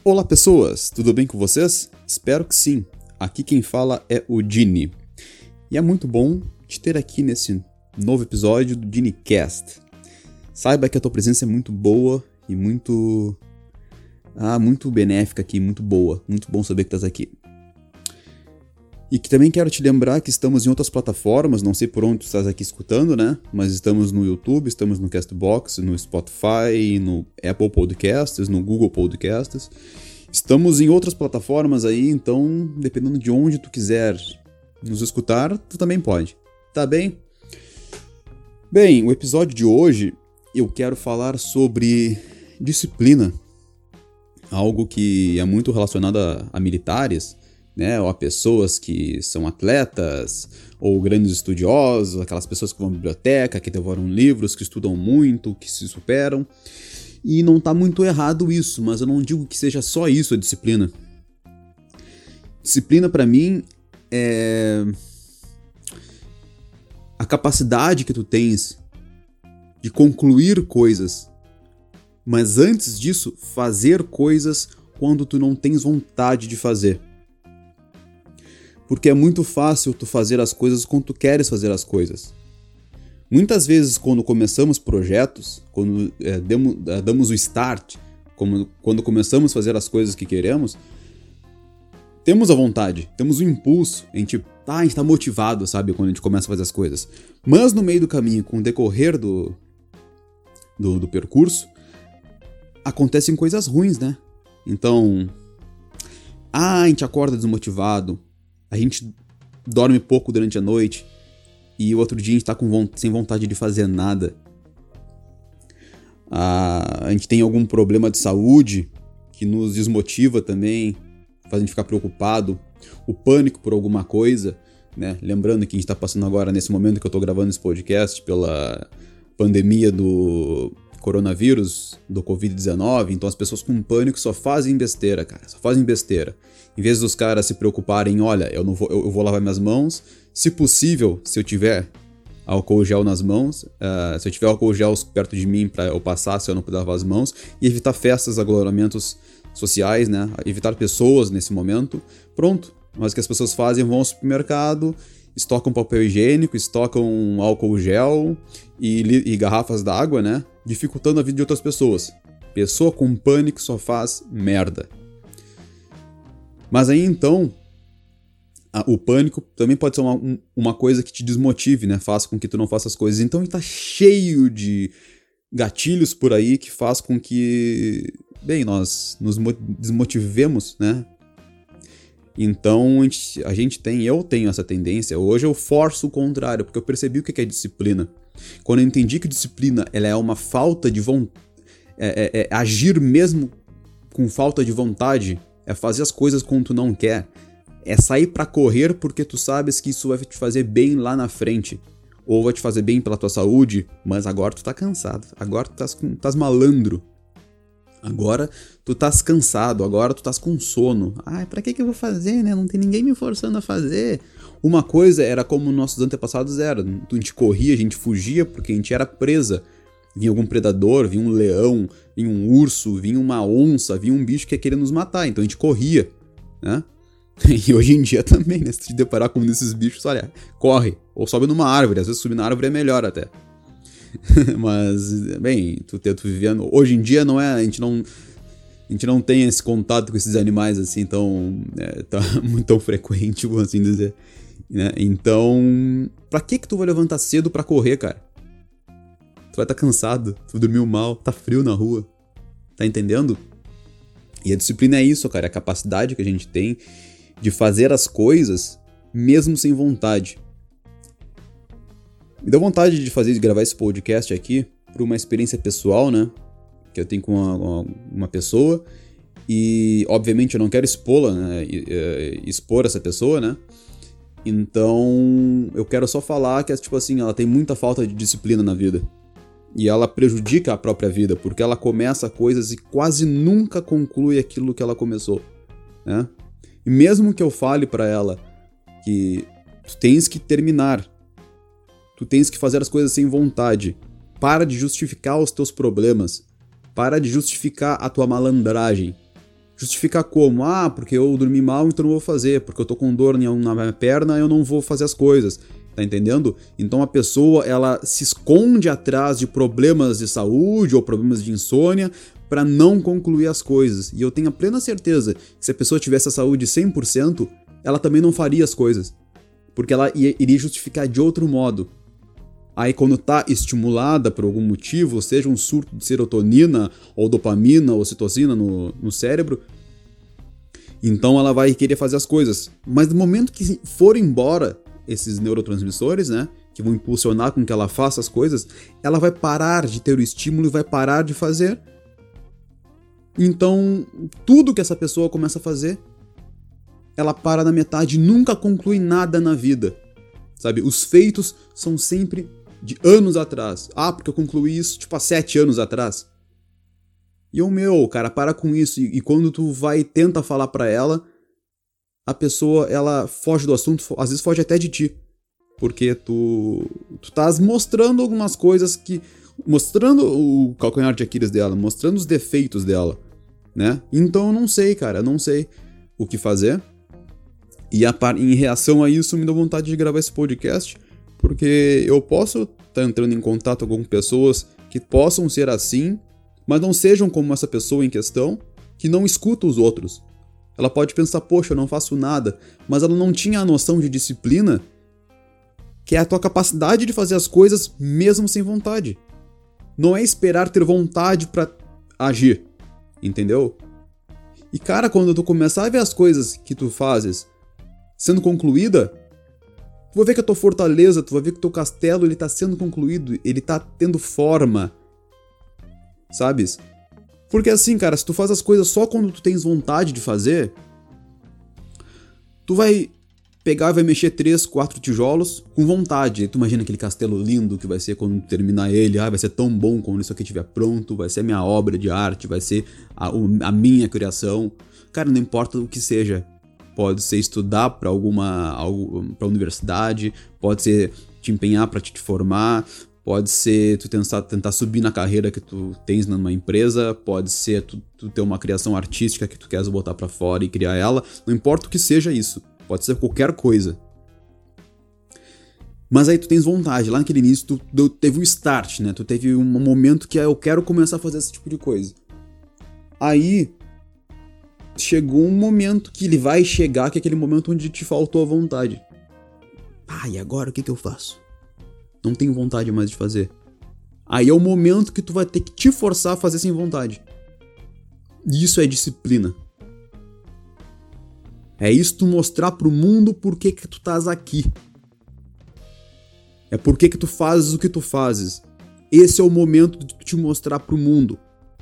Olá pessoas, tudo bem com vocês? Espero que sim. Aqui quem fala é o Dini. E é muito bom te ter aqui nesse novo episódio do DiniCast. Saiba que a tua presença é muito boa e muito benéfica aqui, muito boa. Muito bom saber que estás aqui. E que também quero te lembrar que estamos em outras plataformas, não sei por onde tu estás aqui escutando, né? Mas estamos no YouTube, estamos no Castbox, no Spotify, no Apple Podcasts, no Google Podcasts. Estamos em outras plataformas aí, então, dependendo de onde tu quiser nos escutar, tu também pode. Tá bem? Bem, o episódio de hoje eu quero falar sobre disciplina. Algo que é muito relacionado a militares, né, ou a pessoas que são atletas, ou grandes estudiosos, aquelas pessoas que vão à biblioteca, que devoram livros, que estudam muito, que se superam. E não tá muito errado isso, mas eu não digo que seja só isso a disciplina. Disciplina pra mim é a capacidade que tu tens de concluir coisas, mas antes disso, fazer coisas quando tu não tens vontade de fazer. Porque é muito fácil tu fazer as coisas quando tu queres fazer as coisas. Muitas vezes, quando começamos projetos, quando damos o start, quando começamos a fazer as coisas que queremos, temos a vontade, temos o impulso, a gente tá motivado, sabe, quando a gente começa a fazer as coisas. Mas no meio do caminho, com o decorrer do percurso, acontecem coisas ruins, né? Então, a gente acorda desmotivado, a gente dorme pouco durante a noite e o outro dia a gente tá sem vontade de fazer nada. A gente tem algum problema de saúde que nos desmotiva também, faz a gente ficar preocupado. O pânico por alguma coisa, né? Lembrando que a gente tá passando agora, nesse momento que eu tô gravando esse podcast, pela pandemia do coronavírus, do Covid-19, então as pessoas com pânico só fazem besteira, cara, só fazem besteira. Em vez dos caras se preocuparem, olha, eu vou lavar minhas mãos, se possível, se eu tiver álcool gel nas mãos, se eu tiver álcool gel perto de mim para eu passar, se eu não puder lavar as mãos, e evitar festas, aglomeramentos sociais, né, evitar pessoas nesse momento, pronto. Mas o que as pessoas fazem, vão ao supermercado, estocam papel higiênico, estocam álcool gel e garrafas d'água, né? Dificultando a vida de outras pessoas. Pessoa com pânico só faz merda. Mas aí então, o pânico também pode ser uma coisa que te desmotive, né? Faça com que tu não faça as coisas. Então tá cheio de gatilhos por aí que faz com que, bem, nós nos desmotivemos, né? Então eu tenho essa tendência. Hoje eu forço o contrário, porque eu percebi o que é disciplina. Quando eu entendi que disciplina ela é uma falta de vontade, agir mesmo com falta de vontade, é fazer as coisas quando tu não quer, é sair pra correr porque tu sabes que isso vai te fazer bem lá na frente, ou vai te fazer bem pela tua saúde, mas agora tu tá cansado, agora tu estás malandro. Agora tu estás cansado, agora tu estás com sono. Pra que eu vou fazer, né? Não tem ninguém me forçando a fazer. Uma coisa era como nossos antepassados eram. A gente corria, a gente fugia porque a gente era presa. Vinha algum predador, vinha um leão, vinha um urso, vinha uma onça, vinha um bicho que ia querer nos matar. Então a gente corria, né? E hoje em dia também, né? Se tu te deparar com um desses bichos, olha, corre. Ou sobe numa árvore. Às vezes subir na árvore é melhor até. Mas, bem, tu vivendo... Hoje em dia não é... A gente não tem esse contato com esses animais assim tão frequente, vou assim dizer, né? Então, pra que tu vai levantar cedo pra correr, cara? Tu vai estar cansado, tu dormiu mal, tá frio na rua, tá entendendo? E a disciplina é isso, cara, é a capacidade que a gente tem de fazer as coisas mesmo sem vontade. Me deu vontade de gravar esse podcast aqui por uma experiência pessoal, né? Que eu tenho com uma pessoa. E, obviamente, eu não quero expô-la, né? Expor essa pessoa, né? Então, eu quero só falar que, tipo assim, ela tem muita falta de disciplina na vida. E ela prejudica a própria vida, porque ela começa coisas e quase nunca conclui aquilo que ela começou, né? E mesmo que eu fale pra ela que tu tens que terminar, tu tens que fazer as coisas sem vontade, para de justificar os teus problemas, para de justificar a tua malandragem, Justificar como? Ah, porque eu dormi mal, então não vou fazer. Porque eu tô com dor na minha perna, eu não vou fazer as coisas. Tá entendendo? Então a pessoa, ela se esconde atrás de problemas de saúde ou problemas de insônia para não concluir as coisas. E eu tenho a plena certeza que se a pessoa tivesse a saúde 100%, ela também não faria as coisas. Porque ela iria justificar de outro modo. Aí quando tá estimulada por algum motivo, seja um surto de serotonina, ou dopamina, ou ocitocina no cérebro, então ela vai querer fazer as coisas. Mas no momento que for embora esses neurotransmissores, né, que vão impulsionar com que ela faça as coisas, ela vai parar de ter o estímulo e vai parar de fazer. Então, tudo que essa pessoa começa a fazer, ela para na metade e nunca conclui nada na vida. Sabe? Os feitos são sempre de anos atrás. Ah, porque eu concluí isso, tipo, há 7 anos atrás. E cara, para com isso. E quando tu vai e tenta falar pra ela, a pessoa, ela foge do assunto, às vezes foge até de ti. Porque tu estás mostrando algumas coisas que... mostrando o calcanhar de Aquiles dela, mostrando os defeitos dela, né? Então eu não sei, cara, eu não sei o que fazer. E em reação a isso, me deu vontade de gravar esse podcast, porque eu posso estar entrando em contato com pessoas que possam ser assim, mas não sejam como essa pessoa em questão, que não escuta os outros. Ela pode pensar, poxa, eu não faço nada, mas ela não tinha a noção de disciplina, que é a tua capacidade de fazer as coisas mesmo sem vontade. Não é esperar ter vontade pra agir, entendeu? E cara, quando tu começar a ver as coisas que tu fazes sendo concluída, tu vai ver que a tua fortaleza, tu vai ver que o teu castelo, ele tá sendo concluído, ele tá tendo forma, sabes? Porque assim, cara, se tu faz as coisas só quando tu tens vontade de fazer, tu vai pegar e vai mexer 3, 4 tijolos com vontade. Tu imagina aquele castelo lindo que vai ser quando terminar ele, vai ser tão bom quando isso aqui estiver pronto, vai ser a minha obra de arte, vai ser a minha criação. Cara, não importa o que seja. Pode ser estudar pra pra universidade, pode ser te empenhar pra te formar, pode ser tu tentar subir na carreira que tu tens numa empresa, pode ser tu ter uma criação artística que tu queres botar pra fora e criar ela, não importa o que seja isso, pode ser qualquer coisa. Mas aí tu tens vontade, lá naquele início tu teve um start, né, tu teve um momento que eu quero começar a fazer esse tipo de coisa. Aí chegou um momento que ele vai chegar, que é aquele momento onde te faltou a vontade. E agora o que eu faço? Não tenho vontade mais de fazer. Aí é o momento que tu vai ter que te forçar a fazer sem vontade. E isso é disciplina. É isso tu mostrar pro mundo por que tu estás aqui. É por que tu fazes o que tu fazes. Esse é o momento de tu te mostrar pro mundo.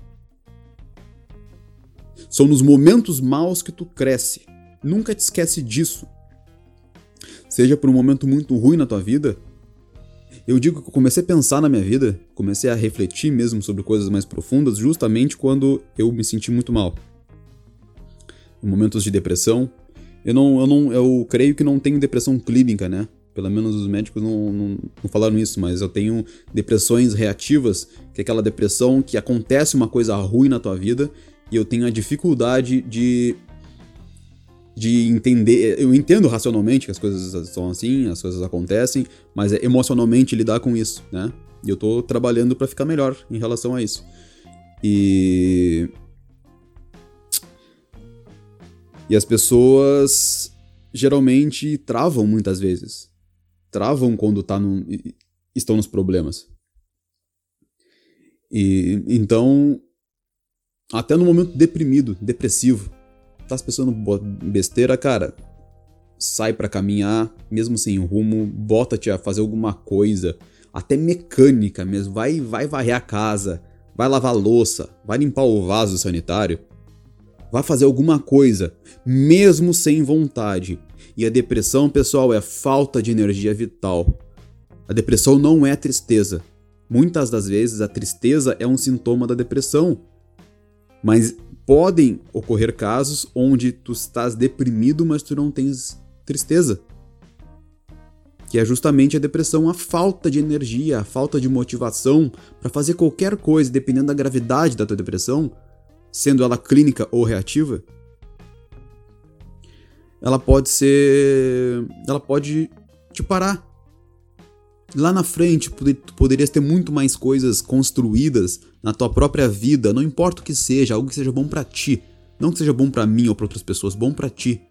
São nos momentos maus que tu cresce. Nunca te esquece disso. Seja por um momento muito ruim na tua vida. Eu digo que eu comecei a pensar na minha vida, comecei a refletir mesmo sobre coisas mais profundas, justamente quando eu me senti muito mal. Em momentos de depressão. Eu creio que não tenho depressão clínica, né? Pelo menos os médicos não falaram isso, mas eu tenho depressões reativas, que é aquela depressão que acontece uma coisa ruim na tua vida, e eu tenho a dificuldade de entender. Eu entendo racionalmente que as coisas são assim, as coisas acontecem, mas é emocionalmente lidar com isso, né? E eu tô trabalhando pra ficar melhor em relação a isso. E as pessoas geralmente travam muitas vezes. Travam quando estão nos problemas. E então, até no momento deprimido, depressivo, tá pensando besteira, cara, sai pra caminhar, mesmo sem rumo, bota-te a fazer alguma coisa, até mecânica mesmo, vai varrer a casa, vai lavar a louça, vai limpar o vaso sanitário, vai fazer alguma coisa, mesmo sem vontade. E a depressão, pessoal, é falta de energia vital. A depressão não é tristeza. Muitas das vezes a tristeza é um sintoma da depressão. Mas podem ocorrer casos onde tu estás deprimido, mas tu não tens tristeza. Que é justamente a depressão, a falta de energia, a falta de motivação para fazer qualquer coisa, dependendo da gravidade da tua depressão. sendo ela clínica ou reativa, ela pode te parar. Lá na frente, tu poderias ter muito mais coisas construídas na tua própria vida, não importa o que seja, algo que seja bom pra ti. Não que seja bom pra mim ou pra outras pessoas, bom pra ti.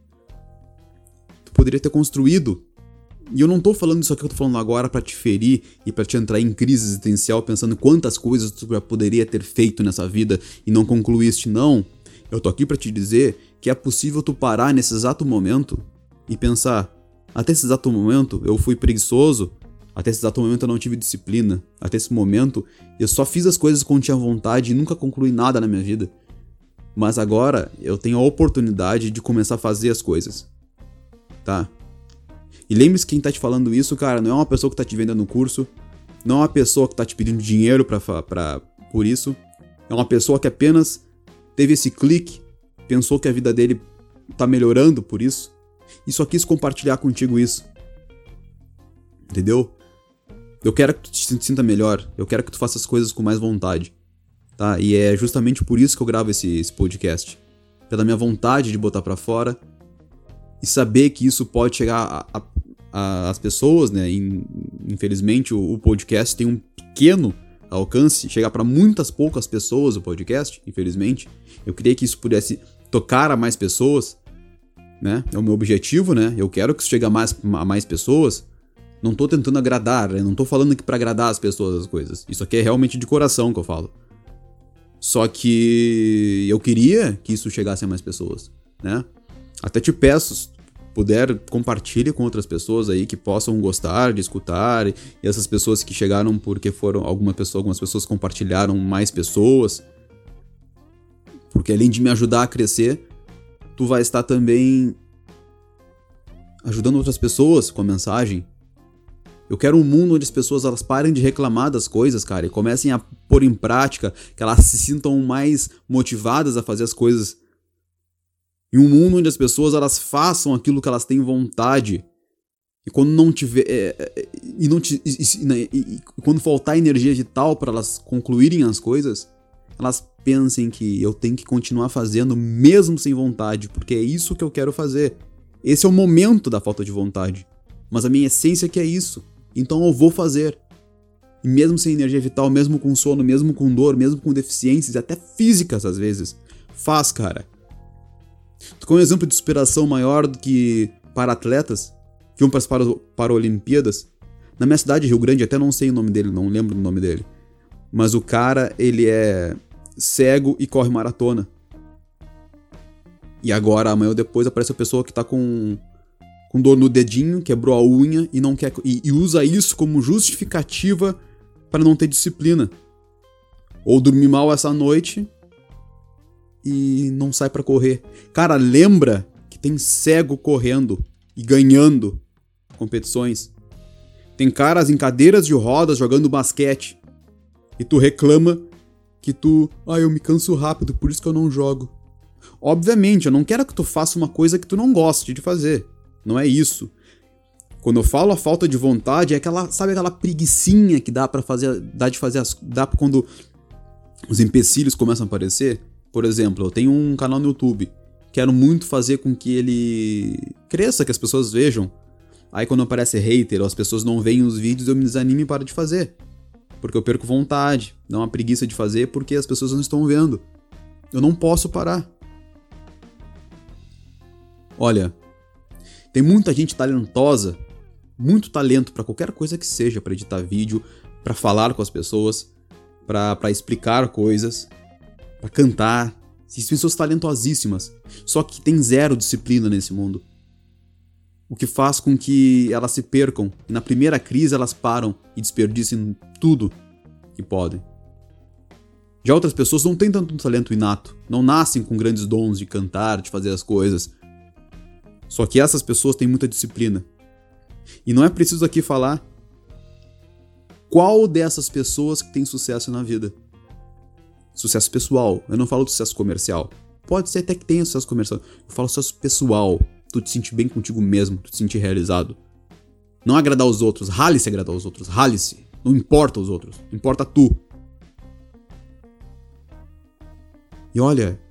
Tu poderia ter construído. E eu não tô falando isso aqui que eu tô falando agora pra te ferir e pra te entrar em crise existencial pensando quantas coisas tu já poderia ter feito nessa vida e não concluíste, não. Eu tô aqui pra te dizer que é possível tu parar nesse exato momento e pensar, até esse exato momento eu fui preguiçoso, até esse exato momento eu não tive disciplina, até esse momento eu só fiz as coisas quando tinha vontade e nunca concluí nada na minha vida. Mas agora eu tenho a oportunidade de começar a fazer as coisas, tá? E lembre-se que quem tá te falando isso, cara, não é uma pessoa que tá te vendendo curso, não é uma pessoa que tá te pedindo dinheiro por isso, é uma pessoa que apenas teve esse clique, pensou que a vida dele tá melhorando por isso, e só quis compartilhar contigo isso. Entendeu? Eu quero que tu te sinta melhor, eu quero que tu faça as coisas com mais vontade, tá? E é justamente por isso que eu gravo esse podcast. Pela minha vontade de botar pra fora e saber que isso pode chegar às pessoas, né? Infelizmente o podcast tem um pequeno alcance, chegar pra muitas poucas pessoas o podcast, infelizmente. Eu queria que isso pudesse tocar a mais pessoas, né? É o meu objetivo, né? Eu quero que isso chegue a mais pessoas. Não tô tentando agradar, né? Não tô falando aqui pra agradar as pessoas as coisas. Isso aqui é realmente de coração que eu falo. Só que eu queria que isso chegasse a mais pessoas, né? Até te peço, se puder, compartilhe com outras pessoas aí que possam gostar de escutar. E essas pessoas que chegaram porque foram algumas pessoas compartilharam mais pessoas. Porque além de me ajudar a crescer, tu vai estar também ajudando outras pessoas com a mensagem. Eu quero um mundo onde as pessoas elas parem de reclamar das coisas, cara, e comecem a pôr em prática, que elas se sintam mais motivadas a fazer as coisas. E um mundo onde as pessoas elas façam aquilo que elas têm vontade. E quando não tiver quando faltar energia vital para elas concluírem as coisas, elas pensem que eu tenho que continuar fazendo mesmo sem vontade, porque é isso que eu quero fazer. Esse é o momento da falta de vontade. Mas a minha essência é que é isso. Então eu vou fazer. E mesmo sem energia vital, mesmo com sono, mesmo com dor, mesmo com deficiências, até físicas às vezes. Faz, cara. Tu quer um exemplo de superação maior do que para atletas que vão para as Paralimpíadas? Na minha cidade, Rio Grande, até não sei o nome dele, não lembro do nome dele. Mas o cara, ele é cego e corre maratona. E agora, amanhã ou depois, aparece a pessoa que tá com dor no dedinho, quebrou a unha e não quer e usa isso como justificativa para não ter disciplina. Ou dormir mal essa noite e não sai pra correr. Cara, lembra que tem cego correndo e ganhando competições. Tem caras em cadeiras de rodas jogando basquete. E tu reclama que eu me canso rápido, por isso que eu não jogo. Obviamente, eu não quero que tu faça uma coisa que tu não goste de fazer. Não é isso. Quando eu falo a falta de vontade, é aquela, sabe aquela preguicinha que dá quando os empecilhos começam a aparecer? Por exemplo, eu tenho um canal no YouTube. Quero muito fazer com que ele cresça, que as pessoas vejam. Aí quando aparece hater ou as pessoas não veem os vídeos, eu me desanimo e paro de fazer. Porque eu perco vontade. Dá uma preguiça de fazer porque as pessoas não estão vendo. Eu não posso parar. Olha, tem muita gente talentosa, muito talento pra qualquer coisa que seja, pra editar vídeo, pra falar com as pessoas, pra explicar coisas, pra cantar. Existem pessoas talentosíssimas, só que tem zero disciplina nesse mundo. O que faz com que elas se percam e na primeira crise elas param e desperdicem tudo que podem. Já outras pessoas não têm tanto talento inato, não nascem com grandes dons de cantar, de fazer as coisas. Só que essas pessoas têm muita disciplina. E não é preciso aqui falar qual dessas pessoas que tem sucesso na vida. Sucesso pessoal, eu não falo de sucesso comercial. Pode ser até que tenha sucesso comercial. Eu falo sucesso pessoal. Tu te sentir bem contigo mesmo, tu te sentir realizado. Não agradar os outros, rale-se agradar os outros, rale-se. Não importa os outros, importa tu. E olha,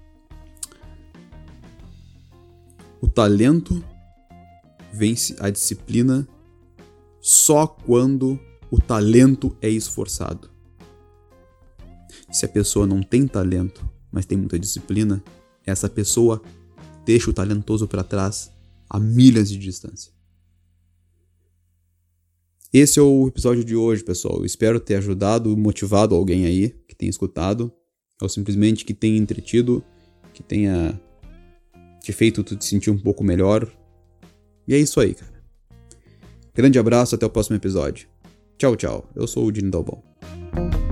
o talento vence a disciplina só quando o talento é esforçado. Se a pessoa não tem talento, mas tem muita disciplina, essa pessoa deixa o talentoso para trás a milhas de distância. Esse é o episódio de hoje, pessoal. Eu espero ter ajudado, motivado alguém aí que tenha escutado, ou simplesmente que tenha entretido, que tenha te feito tu te sentir um pouco melhor. E é isso aí, cara. Grande abraço, até o próximo episódio. Tchau, tchau. Eu sou o Dino Dalbon.